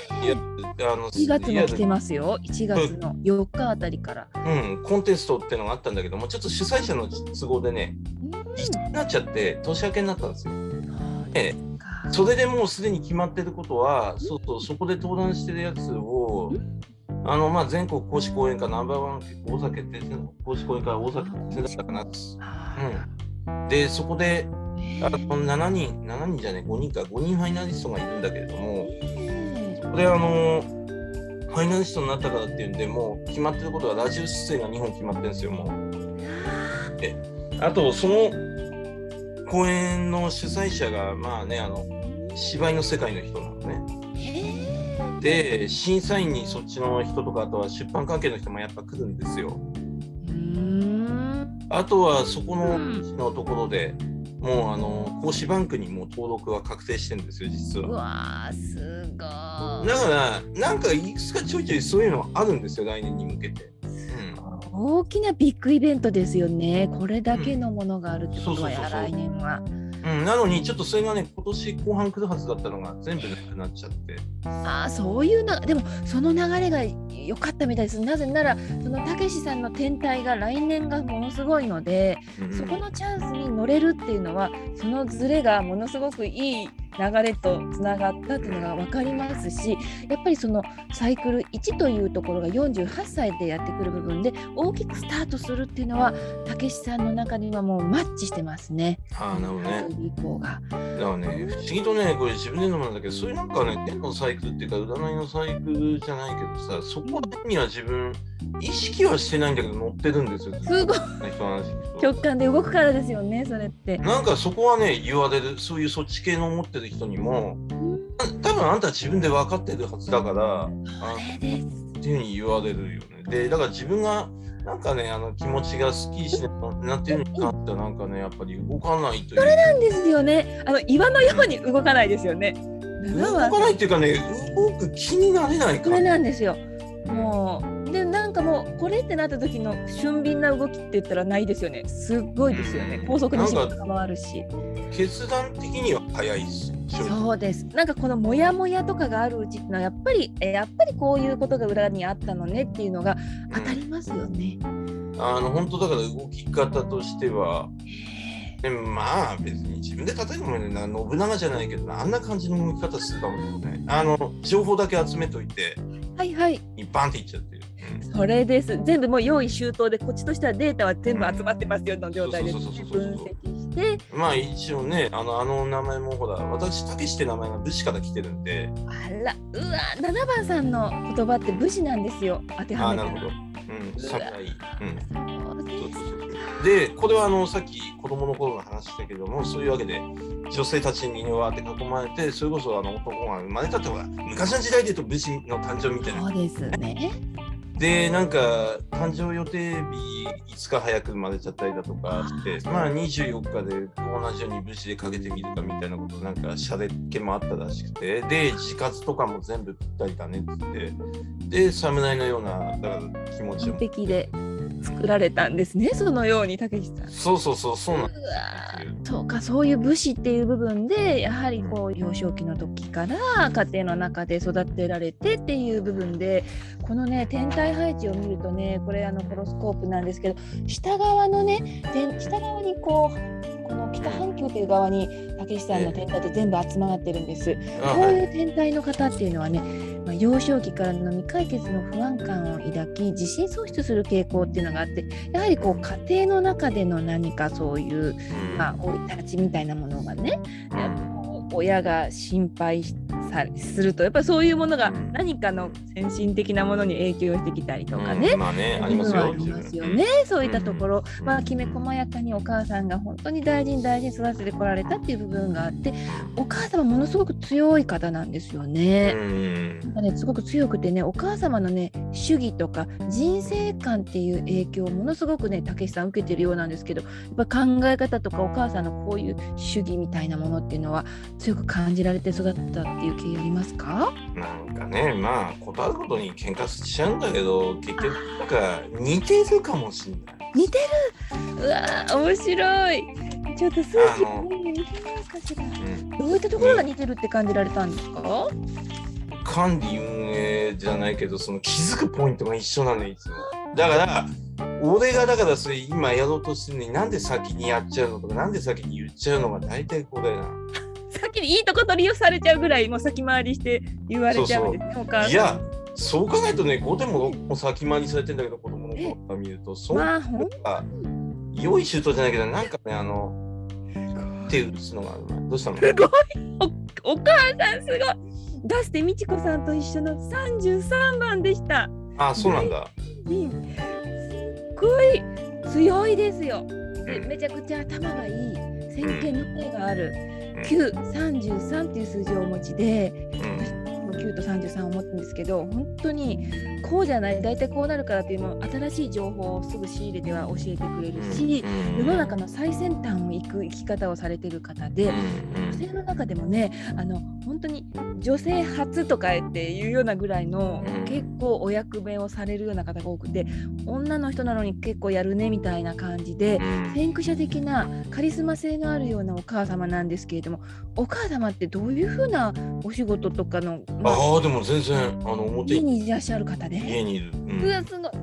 1月も来てますよ。1月の4日あたりから、 コンテストっていうのがあったんだけども、ちょっと主催者の都合でね、なっちゃって年明けになったんですよ。それでもうすでに決まってることは、そこで登壇してるやつを全国公式講演会ナンバーワン大阪決定戦公式講演会大阪決定戦だったかな。でそこで7人じゃね5人ファイナリストがいるんだけれども、これファイナリストになったからっていうんでもう決まってることはラジオ出演が2本決まってるんですよ。もうあとその公演の主催者が芝居の世界の人なのね。で審査員にそっちの人とか、あとは出版関係の人もやっぱ来るんですよ。あとはそこのところでもう講師バンクにもう登録は確定してるんですよ実は。 うわーすごい。 だからなんかいくつかちょいちょいそういうのあるんですよ来年に向けて。 大きなビッグイベントですよね。これだけのものがあるってことは来年は。 なのにちょっとそれがね今年後半来るはずだったのが全部なくなっちゃって。 そういうでもその流れが良かったみたいです。なぜならそのたけしさんの天体が来年がものすごいので、そこのチャンスに乗れるっていうのはそのズレがものすごくいい流れとつながったっていうのが分かりますし、やっぱりそのサイクル1というところが48歳でやってくる部分で大きくスタートするっていうのはたけしさんの中にはもうマッチしてますね。 なるほどね。 以降がだからね不思議とねこれ自分で言うのもなんだけど、そういうなんかね天のサイクルっていうか占いのサイクルじゃないけどさ、そこには自分意識はしてないんだけど乗ってるんですよ。 すごい直感で動くからですよねそれって。 なんかそこはね言われる。そういうそっち系の持ってる人にも多分あんた自分で分かってるはずだからっていうふうに言われるよね。でだから自分がなんかね気持ちがスッキリしてなっていうのに関してはなんかねやっぱり動かないという。 それなんですよね。岩のように動かないですよね。 動かないっていうかね動く気になれないから。 それなんですよ。もうでなんかもうこれってなった時の俊敏な動きって言ったらないですよね。すっごいですよね。高速に仕事が回るし。 決断的には早いです。 そうです。なんかこのモヤモヤとかがあるうちっていうのはやっぱりこういうことが裏にあったのねっていうのが当たりますよね。 本当だから動き方としては、でも別に自分で例えばね信長じゃないけどあんな感じの動き方するかもしれない。情報だけ集めといて、 はいはい。 バンっていっちゃってる。 それです。全部もう用意周到で、こっちとしてはデータは全部集まってますよの状態で分析して。 まあ一応ね、あの名前もほら、私、たけしって名前が武士から来てるんで。 あら、うわ、7番さんの言葉って武士なんですよ、当てはめたら。 なるほど。侍。で、これはさっき子供の頃の話だけども、そういうわけで、女性たちにわーって囲まれて、それこそ男が生まれたってほら、昔の時代で言うと武士の誕生みたいな。 そうですね。 で、なんか誕生予定日5日早く生まれちゃったりだとかして、まあ24日で同じように武士でかけてみるかみたいなこと、なんかしゃれっ気もあったらしくて、で、自活とかも全部ぴったりだねって言って、で、侍のような、だから気持ちを。 完璧で作られたんですね、そのように、たけしさん。 そうなんです。 そうか、そういう武士っていう部分で、やはりこう幼少期の時から家庭の中で育てられてっていう部分で、このね天体配置を見るとね、これホロスコープなんですけど、下側のね、下側にこの北半球という側にたけしさんの天体って全部集まってるんです。こういう天体の方っていうのはね、幼少期からの未解決の不安感を抱き、自信喪失する傾向っていうのがあって、やはりこう家庭の中での何かそういう、生い立ちみたいなものがね、親が心配すると、やっぱりそういうものが何かの先進的なものに影響してきたりとかね、 ありますよね。そういったところ、きめ細やかにお母さんが本当に大事に育ててこられたっていう部分があって、お母様ものすごく強い方なんですよね。すごく強くてね、お母様のね主義とか人生観っていう影響をものすごくね、たけしさん受けてるようなんですけど、やっぱ考え方とかお母さんのこういう主義みたいなものっていうのは強く感じられて育ったっていう経緯ありますか？ なんかね、まあことあることに喧嘩しちゃうんだけど、結局なんか似てるかもしれない。 似てる。うわー、面白い。ちょっと数字見てみますかしら。どういったところが似てるって感じられたんですか？ 管理運営じゃないけど、その気づくポイントが一緒なんだよ、いつも。だから俺がそれ今やろうとしてるのに、なんで先にやっちゃうのとか、なんで先に言っちゃうのが大体これな。 先にいいとこ取りをされちゃうぐらい、もう先回りして言われちゃうんですね、お母さん。 いや、そう考えるとね、5でも先回りされてんだけど、子供の頃から見ると、そうなんか良いシュートじゃないけど、なんかね、手打つのがあるな。どうしたの？ すごい。お母さんすごい。出してみちこさんと一緒の33番でした。 そうなんだ。 すっごい強いですよ。めちゃくちゃ頭がいい。先見の目がある。933っていう数字をお持ちで、9と33を持つんですけど、本当にこうじゃない、大体こうなるからっていうのを新しい情報をすぐ仕入れては教えてくれるし、世の中の最先端を行く生き方をされてる方で、女性の中でもね、本当に女性初とかっていうようなぐらいの結構お役目をされるような方が多くて、女の人なのに結構やるねみたいな感じで、先駆者的なカリスマ性のあるようなお母様なんですけれども、お母様ってどういうふうなお仕事とかの、 でも全然家にいらっしゃる方で、 家にいる。 その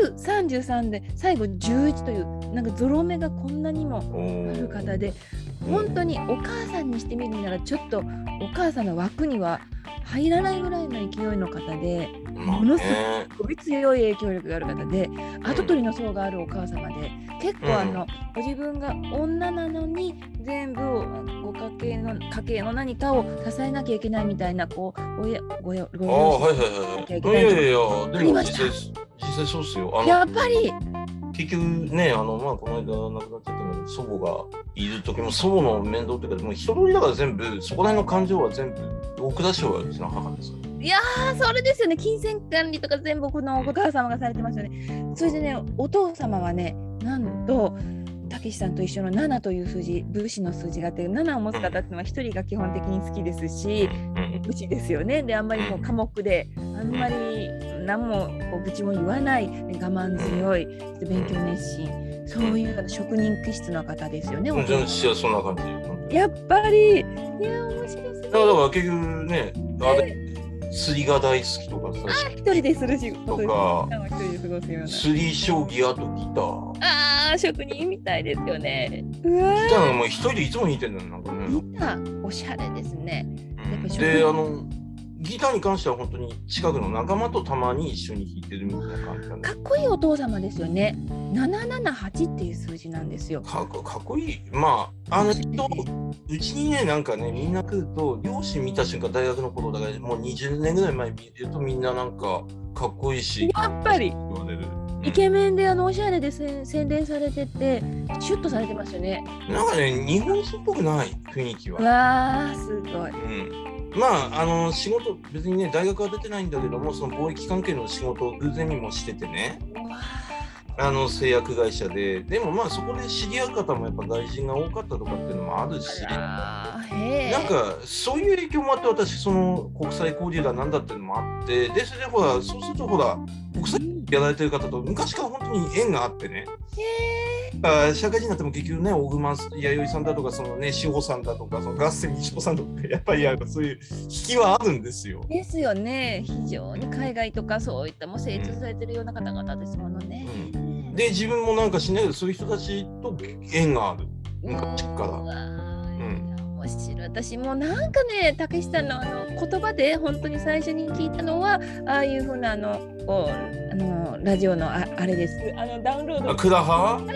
933で最後11というなんかゾロ目がこんなにもある方で、本当にお母さんにしてみるならちょっとお母さんの枠には入らないぐらいの勢いの方で、ものすごい強い影響力がある方で、跡取りの層があるお母様で、結構ご自分が女なのに全部ご家計の何かを支えなきゃいけないみたいな、こうご両親なきゃいけない。 でも実際そうっすよ。 やっぱり結局ね、この間亡くなっちゃったのに、祖母がいる時も祖母の面倒っていうか、もう一通りだから全部そこら辺の感情は全部奥田翔がうちの母です。 いやー、それですよね。金銭管理とか全部このお母様がされてますよね。それでね、お父様はね、なんとたけしさんと一緒の7という数字、武士の数字があって、7を持つ方っていうのは1人が基本的に好きですし、武士ですよね。で、あんまりもう寡黙で、あんまり何も愚痴も言わない、我慢強い、勉強熱心、そういう職人気質の方ですよね。 私はそんな感じ。 やっぱり、いや、面白すぎる。 だから結局ね、釣りが大好きとかさ、 一人でする仕事とか、 釣り将棋、あとギター。職人みたいですよね。 ギターがもう一人でいつも弾いてるんだよ、なんかね。 ギター、おしゃれですね。 で、 ギターに関しては本当に近くの仲間とたまに一緒に弾いてるみたいな感じだね。 かっこいいお父様ですよね。778っていう数字なんですよ。 かっこいい。まあうちにね、なんかね、みんな来ると、両親見た瞬間、大学の頃だからもう20年ぐらい前見ると、みんななんかかっこいいし、 やっぱり言われる。イケメンでおしゃれで宣伝されてて、シュッとされてますよね。 なんかね、日本人っぽくない雰囲気は。 わー、すごい。 まあ、仕事、別にね、大学は出てないんだけども、その貿易関係の仕事を偶然にもしててね、製薬会社で、でもまあ、そこで知り合う方もやっぱ外人が多かったとかっていうのもあるし、なんか、そういう影響もあって、私、その国際交流だなんだっていうのもあって、で、それでほら、そうするとほら、国際やられてる方と昔から本当に縁があってね。社会人になっても結局ね、大熊弥生さんだとか、そのね、志保さんだとか、その合戦西尾さんとか、やっぱりそういう引きはあるんですよ。 ですよね。非常に海外とかそういったも精通されてるような方々ですものね。 で、自分もなんかしないけど、そういう人たちと縁がある。昔から。 面白い。私もなんかね、たけしさんの言葉で本当に最初に聞いたのは、ああいうふうなラジオのあれです。ダウンロード。 クラハ？ そうです、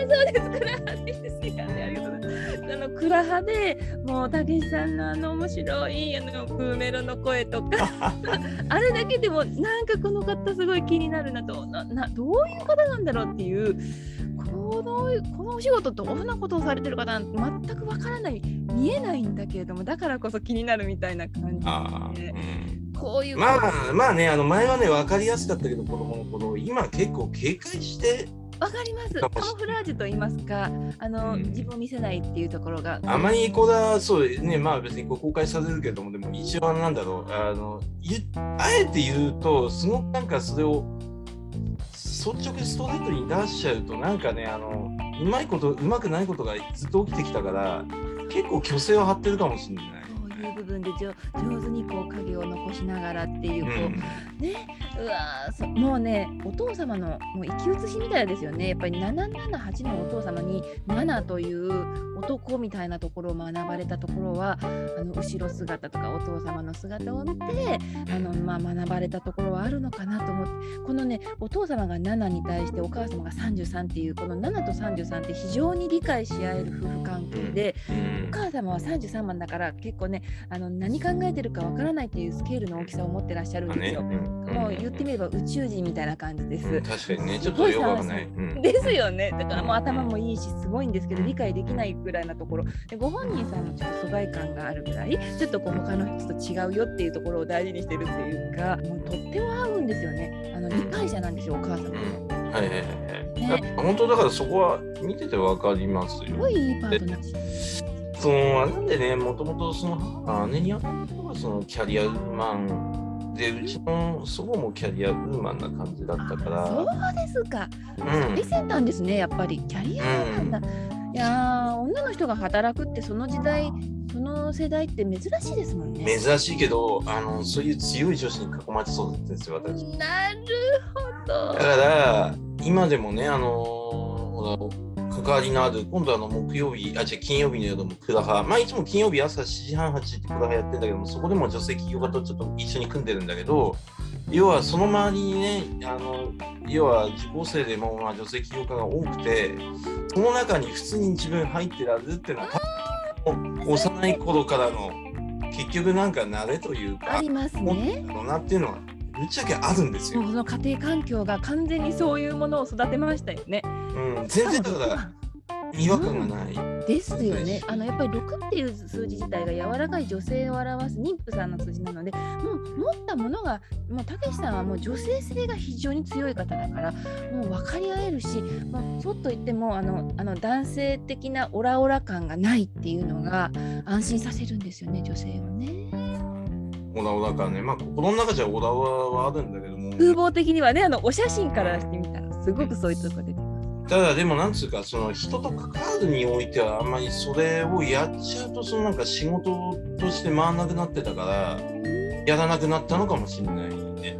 クラハですよね。ありがとうございます。クラハでもうたけしさんの面白いプーメロの声とかあれだけでもなんかこの方すごい気になるなと、どういう方なんだろうっていう。このお仕事どんなことをされてる方なんて全くわからない、見えないんだけれども、だからこそ気になるみたいな感じで、こういうまあね、前はね分かりやすかったけど、子供の頃、今結構警戒してわかります。カモフラージュと言いますか、自分を見せないっていうところがあまりこれはそうね、まあ別に公開されるけども、でも一応なんだろう、あえて言うとすごくなんかそれを率直にストレートに出しちゃうと、なんかね、うまくないことがずっと起きてきたから、結構虚勢を張ってるかもしれない。 そういう部分で上手に影を残しながらっていう、ね、もうね、お父様のもう生き写しみたいですよね。やっぱり778のお父様に7という男みたいなところを学ばれたところは、後ろ姿とかお父様の姿を見て学ばれたところはあるのかなと思って、このね、お父様が7に対してお母様が33っていう、この7と33って非常に理解し合える夫婦関係で、お母様は33番だから結構ね、何考えてるかわからないっていうスケールの大きさを持ってらっしゃるんですよ。もう言ってみれば宇宙人みたいな感じです。 確かにね、ちょっと弱くない。 ですよね。だからもう頭もいいしすごいんですけど、理解できないぐらいなところで、ご本人さんもちょっと疎外感があるぐらい、ちょっと他の人と違うよっていうところを大事にしてるっていうか、もうとっても合うんですよね。理解者なんですよ、お母様も。 本当だからそこは見ててわかりますよ。 すごいいいパートナーシップ。 なんでね、もともとその姉にあったのがそのキャリアウーマンで、うちの祖母もキャリアウーマンな感じだったから。 そうですか。最先端ですね、やっぱりキャリアウーマンだ。いや女の人が働くってその時代、その世代って珍しいですもんね。 珍しいけど、そういう強い女子に囲まれてそうだったんですよ、私。 なるほど。 だから今でもね、関わりのある、今度金曜日の夜もクラハ、いつも金曜日朝7時半8時ってクラハやってるんだけども、そこでも女性起業家とちょっと一緒に組んでるんだけど、要はその周りにね、要は受講生でも女性起業家が多くて、その中に普通に自分入ってられるっていうのは、幼い頃からの結局なんか慣れというか、 ありますね。 なっていうのはぶっちゃけあるんですよ。 その家庭環境が完全にそういうものを育てましたよね。 全然だから違和感がない。 ですよね。やっぱり6っていう数字自体が柔らかい女性を表す妊婦さんの数字なので、もう持ったものが、もうたけしさんはもう女性性が非常に強い方だから、もう分かり合えるし、そっと言っても男性的なオラオラ感がないっていうのが安心させるんですよね、女性をね。 オラオラ感ね、心の中じゃオラオラはあるんだけども、 風貌的にはね、お写真からしてみたらすごくそういうとこ出てます。 ただでもなんつうか、その人と関わるにおいてはあんまりそれをやっちゃうと、そのなんか仕事として回らなくなってたからやらなくなったのかもしれないね。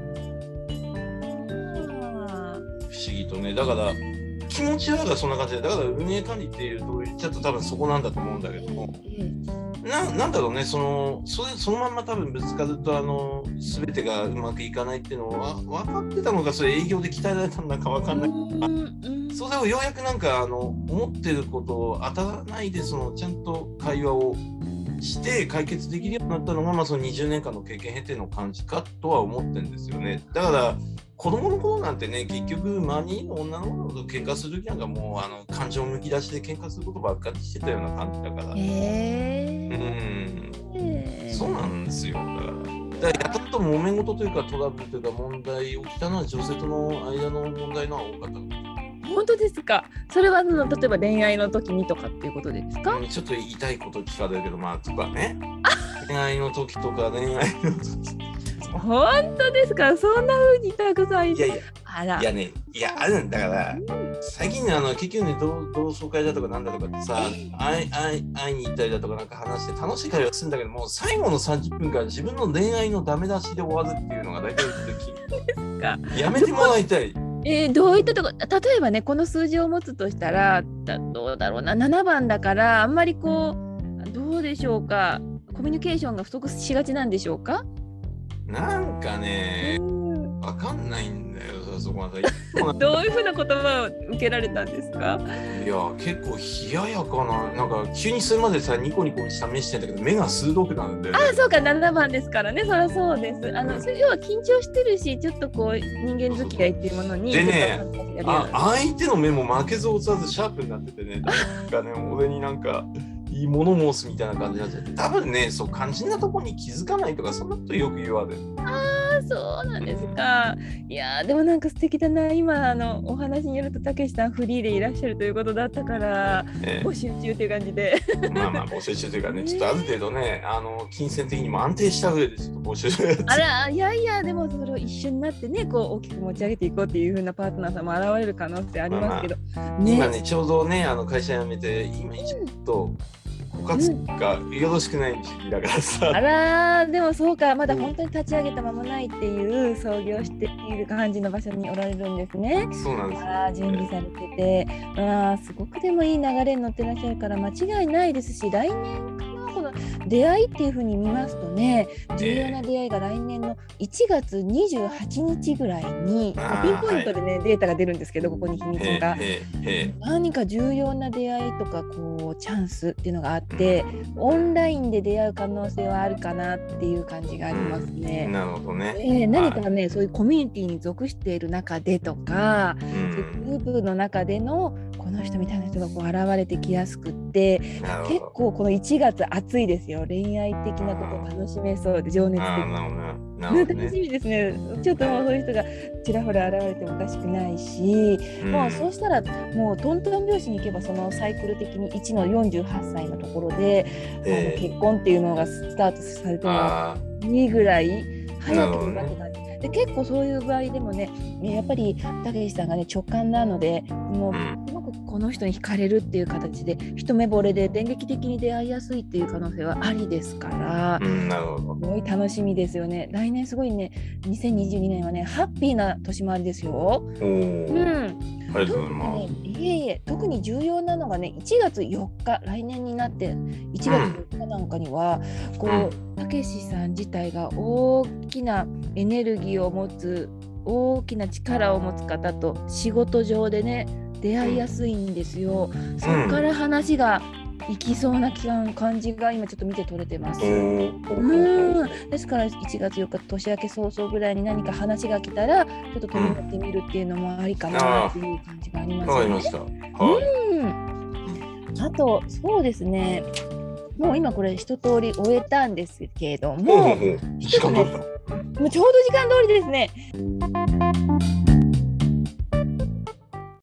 不思議とね。だから気持ちはそんな感じで、だから運営管理っていうと言っちゃうと多分そこなんだと思うんだけども、 なんだろうね、そのまんま多分ぶつかると全てがうまくいかないっていうのは分かってたのか、それ営業で鍛えられたのか分かんない。それをようやくなんか思ってることを当たらないでちゃんと会話をして解決できるようになったのが、その20年間の経験経ての感じかとは思ってるんですよね。だから子供の頃なんてね、結局周りの女の子と喧嘩する時なんかもう感情むき出しで喧嘩することばっかりしてたような感じだから。そうなんですよ。だからやっと揉め事というかトラブルというか問題起きたのは女性との間の問題のは多かった。 本当ですか。それは例えば恋愛の時にとかっていうことですか？ ちょっと言いたいこと聞かれるけど、とかね。恋愛の時とか恋愛の時。 本当ですか。そんな風にたくさんいやあるんだから、最近ね結局ね同窓会だとかなんだとかってさ、会いに行ったりだとかなんか話して楽しい会話するんだけども、最後の30分間自分の恋愛のダメ出しで終わるっていうのが大体ですか。やめてもらいたい。 どういったとこ、例えばね、この数字を持つとしたらどうだろうな、7番だからあんまりどうでしょうか、コミュニケーションが不足しがちなんでしょうか。 なんかね、わかんないんだよ、そこまで。 どういうふうな言葉を受けられたんですか？ いや、結構冷ややかな、なんか急にそれまでさ、ニコニコした目してんだけど、目が鋭くなるんで、ね。 そうか、7番ですからね、そりゃそうです。それ要は緊張してるし、ちょっと人間付き合いっていうものに。 でね、相手の目も負けず劣らずシャープになっててね、なんかね、俺になんか、いいもの申すみたいな感じになっちゃって、多分ね、そう肝心なところに気づかないとか、そんなことよく言われる。 そうなんですか。いやでもなんか素敵だな。今お話によるとたけしさんフリーでいらっしゃるということだったから、募集中という感じで。 募集中というかね、ちょっとある程度ね、金銭的にも安定した上でちょっと募集する。 いやでもそれを一緒になってね、大きく持ち上げていこうっていう風なパートナーさんも現れる可能性ありますけど。 今ね、ちょうどね、会社辞めて今ちょっと。枯渇がよろしくない時期だからさ。 でもそうか、まだ本当に立ち上げたままないっていう創業している感じの場所におられるんですね。 そうなんです、 準備されてて、すごくでもいい流れに乗ってらっしゃるから間違いないですし、来年かな、この出会いっていう風に見ますとね、重要な出会いが来年の1月28日ぐらいに、ピンポイントでね、データが出るんですけど、ここに秘密が、何か重要な出会いとかチャンスっていうのがあって、オンラインで出会う可能性はあるかなっていう感じがありますね。 なるほどね。 何かね、そういうコミュニティに属している中でとか、そういうグループの中でのこの人みたいな人が現れてきやすくって、結構この1月暑いですよ。恋愛的なことを楽しめそうで、情熱的。楽しみですね。ちょっともうそういう人がちらほら現れてもおかしくないし、もうそうしたらもうトントン拍子に行けば、そのサイクル的に1の48歳のところで、結婚っていうのがスタートされてもいいぐらい早くなって感じで、結構そういう場合でもね、やっぱりたけしさんがね直感なので、もうすごくこの人に惹かれるっていう形で一目惚れで電撃的に出会いやすいっていう可能性はありですから、すごい楽しみですよね。来年すごいね、2022年はねハッピーな年回りですよ。 ありがとうございます。 特に重要なのがね、1月4日、来年になって1月4日なんかには、たけしさん自体が大きなエネルギーを持つ、大きな力を持つ方と仕事上でね出会いやすいんですよ。そこから話がいきそうな感じが今ちょっと見て取れてます。ですから1月4日年明け早々ぐらいに何か話が来たらちょっと飛び乗ってみるっていうのもありかなっていう感じがありますね。 わかりました。 あとそうですね、もう今これ一通り終えたんですけれども、 時間通りだ。 もうちょうど時間通りですね。